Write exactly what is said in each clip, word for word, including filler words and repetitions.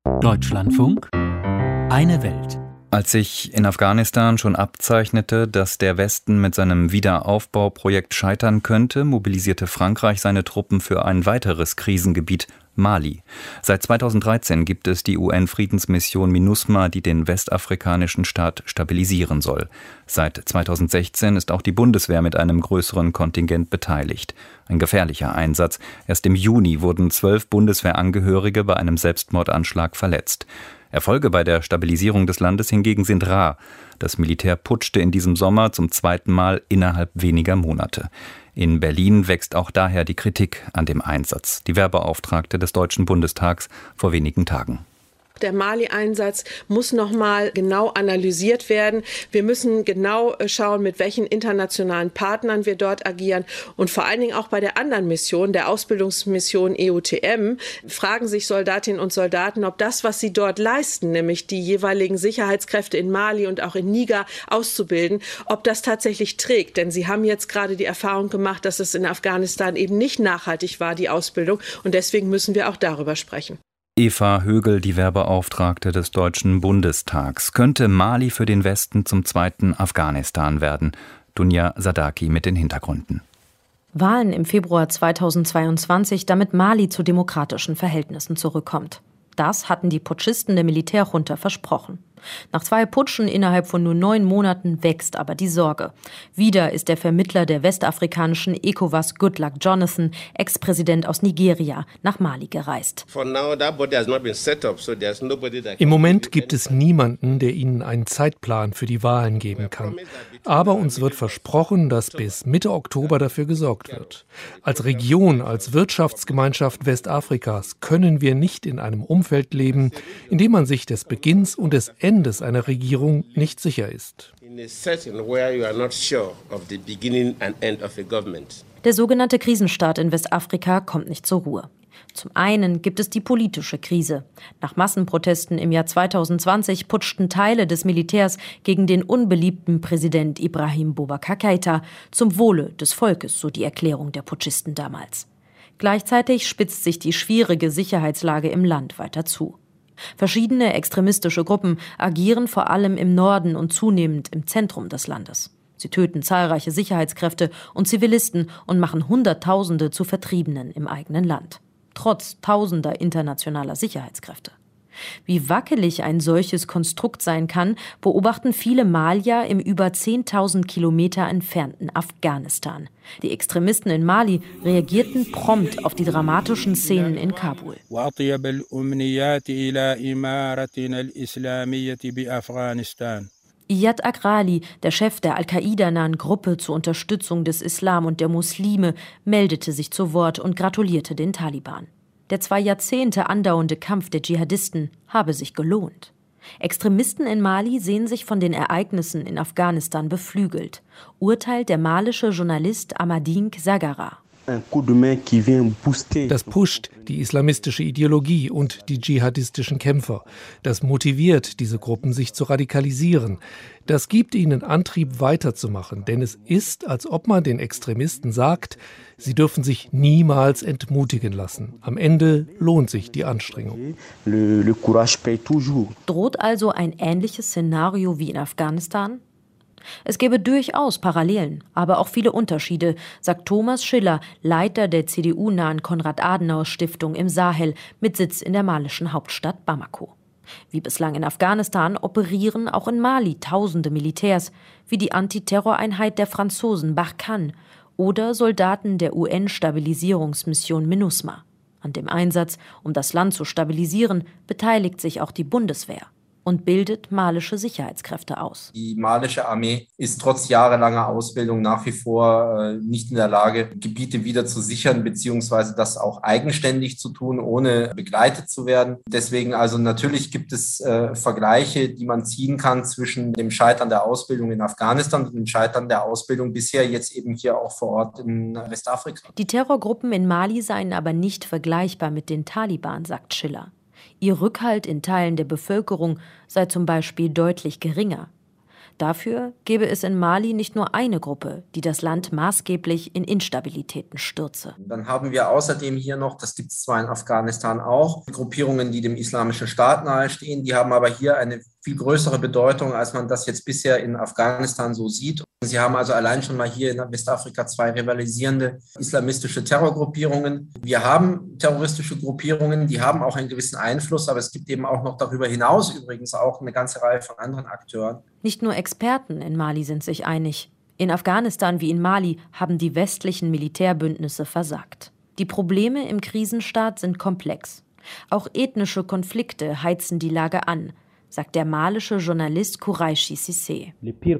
Deutschlandfunk. Eine Welt. Als sich in Afghanistan schon abzeichnete, dass der Westen mit seinem Wiederaufbauprojekt scheitern könnte, mobilisierte Frankreich seine Truppen für ein weiteres Krisengebiet, Mali. Seit zweitausenddreizehn gibt es die U N-Friedensmission MINUSMA, die den westafrikanischen Staat stabilisieren soll. Seit zweitausendsechzehn ist auch die Bundeswehr mit einem größeren Kontingent beteiligt. Ein gefährlicher Einsatz. Erst im Juni wurden zwölf Bundeswehrangehörige bei einem Selbstmordanschlag verletzt. Erfolge bei der Stabilisierung des Landes hingegen sind rar. Das Militär putschte in diesem Sommer zum zweiten Mal innerhalb weniger Monate. In Berlin wächst auch daher die Kritik an dem Einsatz. Die Wehrbeauftragte des Deutschen Bundestags vor wenigen Tagen. Der Mali-Einsatz muss noch mal genau analysiert werden. Wir müssen genau schauen, mit welchen internationalen Partnern wir dort agieren. Und vor allen Dingen auch bei der anderen Mission, der Ausbildungsmission E U T M, fragen sich Soldatinnen und Soldaten, ob das, was sie dort leisten, nämlich die jeweiligen Sicherheitskräfte in Mali und auch in Niger auszubilden, ob das tatsächlich trägt. Denn sie haben jetzt gerade die Erfahrung gemacht, dass es in Afghanistan eben nicht nachhaltig war, die Ausbildung. Und deswegen müssen wir auch darüber sprechen. Eva Högel, die Wehrbeauftragte des Deutschen Bundestags. Könnte Mali für den Westen zum zweiten Afghanistan werden? Dunja Sadaki mit den Hintergründen. Wahlen im Februar zweitausendzweiundzwanzig, damit Mali zu demokratischen Verhältnissen zurückkommt. Das hatten die Putschisten der Militärjunta versprochen. Nach zwei Putschen innerhalb von nur neun Monaten wächst aber die Sorge. Wieder ist der Vermittler der westafrikanischen ECOWAS, Goodluck Jonathan, Ex-Präsident aus Nigeria, nach Mali gereist. Im Moment gibt es niemanden, der Ihnen einen Zeitplan für die Wahlen geben kann. Aber uns wird versprochen, dass bis Mitte Oktober dafür gesorgt wird. Als Region, als Wirtschaftsgemeinschaft Westafrikas können wir nicht in einem Umfeld leben, in dem man sich des Beginns und des Endes einer Regierung nicht sicher ist. Der sogenannte Krisenstaat in Westafrika kommt nicht zur Ruhe. Zum einen gibt es die politische Krise. Nach Massenprotesten im Jahr zweitausendzwanzig putschten Teile des Militärs gegen den unbeliebten Präsident Ibrahim Boubacar Keïta zum Wohle des Volkes, so die Erklärung der Putschisten damals. Gleichzeitig spitzt sich die schwierige Sicherheitslage im Land weiter zu. Verschiedene extremistische Gruppen agieren vor allem im Norden und zunehmend im Zentrum des Landes. Sie töten zahlreiche Sicherheitskräfte und Zivilisten und machen Hunderttausende zu Vertriebenen im eigenen Land. Trotz tausender internationaler Sicherheitskräfte. Wie wackelig ein solches Konstrukt sein kann, beobachten viele Malier im über zehntausend Kilometer entfernten Afghanistan. Die Extremisten in Mali reagierten prompt auf die dramatischen Szenen in Kabul. Iyad Akrali, der Chef der Al-Qaida-nahen Gruppe zur Unterstützung des Islam und der Muslime, meldete sich zu Wort und gratulierte den Taliban. Der zwei Jahrzehnte andauernde Kampf der Dschihadisten habe sich gelohnt. Extremisten in Mali sehen sich von den Ereignissen in Afghanistan beflügelt, urteilt der malische Journalist Amadine Zagara. Das pusht die islamistische Ideologie und die dschihadistischen Kämpfer. Das motiviert diese Gruppen, sich zu radikalisieren. Das gibt ihnen Antrieb, weiterzumachen. Denn es ist, als ob man den Extremisten sagt, sie dürfen sich niemals entmutigen lassen. Am Ende lohnt sich die Anstrengung. Droht also ein ähnliches Szenario wie in Afghanistan? Es gäbe durchaus Parallelen, aber auch viele Unterschiede, sagt Thomas Schiller, Leiter der C D U-nahen Konrad-Adenauer-Stiftung im Sahel mit Sitz in der malischen Hauptstadt Bamako. Wie bislang in Afghanistan operieren auch in Mali tausende Militärs, wie die Antiterroreinheit der Franzosen Barkhane oder Soldaten der U N-Stabilisierungsmission MINUSMA. An dem Einsatz, um das Land zu stabilisieren, beteiligt sich auch die Bundeswehr und bildet malische Sicherheitskräfte aus. Die malische Armee ist trotz jahrelanger Ausbildung nach wie vor äh, nicht in der Lage, Gebiete wieder zu sichern, beziehungsweise das auch eigenständig zu tun, ohne begleitet zu werden. Deswegen also natürlich gibt es äh, Vergleiche, die man ziehen kann zwischen dem Scheitern der Ausbildung in Afghanistan und dem Scheitern der Ausbildung bisher jetzt eben hier auch vor Ort in Westafrika. Die Terrorgruppen in Mali seien aber nicht vergleichbar mit den Taliban, sagt Schiller. Ihr Rückhalt in Teilen der Bevölkerung sei zum Beispiel deutlich geringer. Dafür gäbe es in Mali nicht nur eine Gruppe, die das Land maßgeblich in Instabilitäten stürze. Dann haben wir außerdem hier noch, das gibt es zwar in Afghanistan auch, Gruppierungen, die dem Islamischen Staat nahestehen. Die haben aber hier eine viel größere Bedeutung, als man das jetzt bisher in Afghanistan so sieht. Sie haben also allein schon mal hier in Westafrika zwei rivalisierende islamistische Terrorgruppierungen. Wir haben terroristische Gruppierungen, die haben auch einen gewissen Einfluss, aber es gibt eben auch noch darüber hinaus übrigens auch eine ganze Reihe von anderen Akteuren. Nicht nur Experten in Mali sind sich einig. In Afghanistan wie in Mali haben die westlichen Militärbündnisse versagt. Die Probleme im Krisenstaat sind komplex. Auch ethnische Konflikte heizen die Lage an, sagt der malische Journalist Kouraichi Cissé.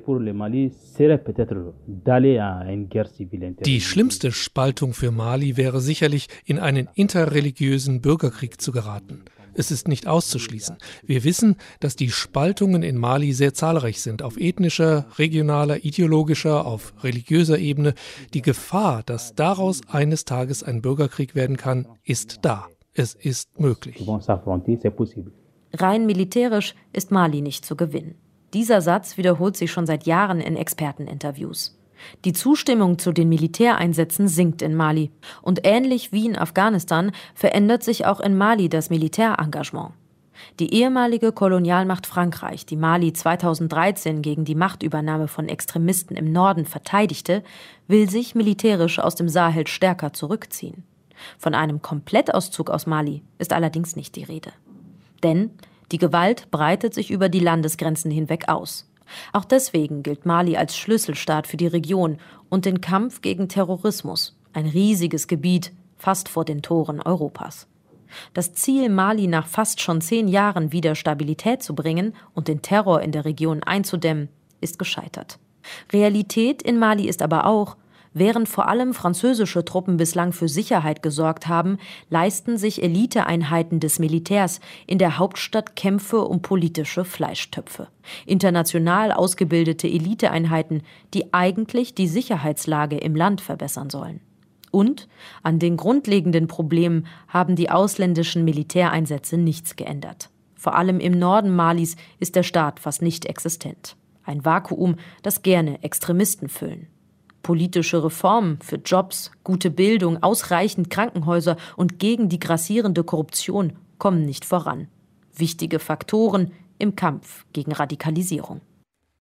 Die schlimmste Spaltung für Mali wäre sicherlich, in einen interreligiösen Bürgerkrieg zu geraten. Es ist nicht auszuschließen. Wir wissen, dass die Spaltungen in Mali sehr zahlreich sind, auf ethnischer, regionaler, ideologischer, auf religiöser Ebene. Die Gefahr, dass daraus eines Tages ein Bürgerkrieg werden kann, ist da. Es ist möglich. Rein militärisch ist Mali nicht zu gewinnen. Dieser Satz wiederholt sich schon seit Jahren in Experteninterviews. Die Zustimmung zu den Militäreinsätzen sinkt in Mali. Und ähnlich wie in Afghanistan verändert sich auch in Mali das Militärengagement. Die ehemalige Kolonialmacht Frankreich, die Mali zweitausenddreizehn gegen die Machtübernahme von Extremisten im Norden verteidigte, will sich militärisch aus dem Sahel stärker zurückziehen. Von einem Komplettauszug aus Mali ist allerdings nicht die Rede. Denn die Gewalt breitet sich über die Landesgrenzen hinweg aus. Auch deswegen gilt Mali als Schlüsselstaat für die Region und den Kampf gegen Terrorismus, ein riesiges Gebiet, fast vor den Toren Europas. Das Ziel, Mali nach fast schon zehn Jahren wieder Stabilität zu bringen und den Terror in der Region einzudämmen, ist gescheitert. Realität in Mali ist aber auch, während vor allem französische Truppen bislang für Sicherheit gesorgt haben, leisten sich Eliteeinheiten des Militärs in der Hauptstadt Kämpfe um politische Fleischtöpfe. International ausgebildete Eliteeinheiten, die eigentlich die Sicherheitslage im Land verbessern sollen. Und an den grundlegenden Problemen haben die ausländischen Militäreinsätze nichts geändert. Vor allem im Norden Malis ist der Staat fast nicht existent. Ein Vakuum, das gerne Extremisten füllen. Politische Reformen für Jobs, gute Bildung, ausreichend Krankenhäuser und gegen die grassierende Korruption kommen nicht voran. Wichtige Faktoren im Kampf gegen Radikalisierung.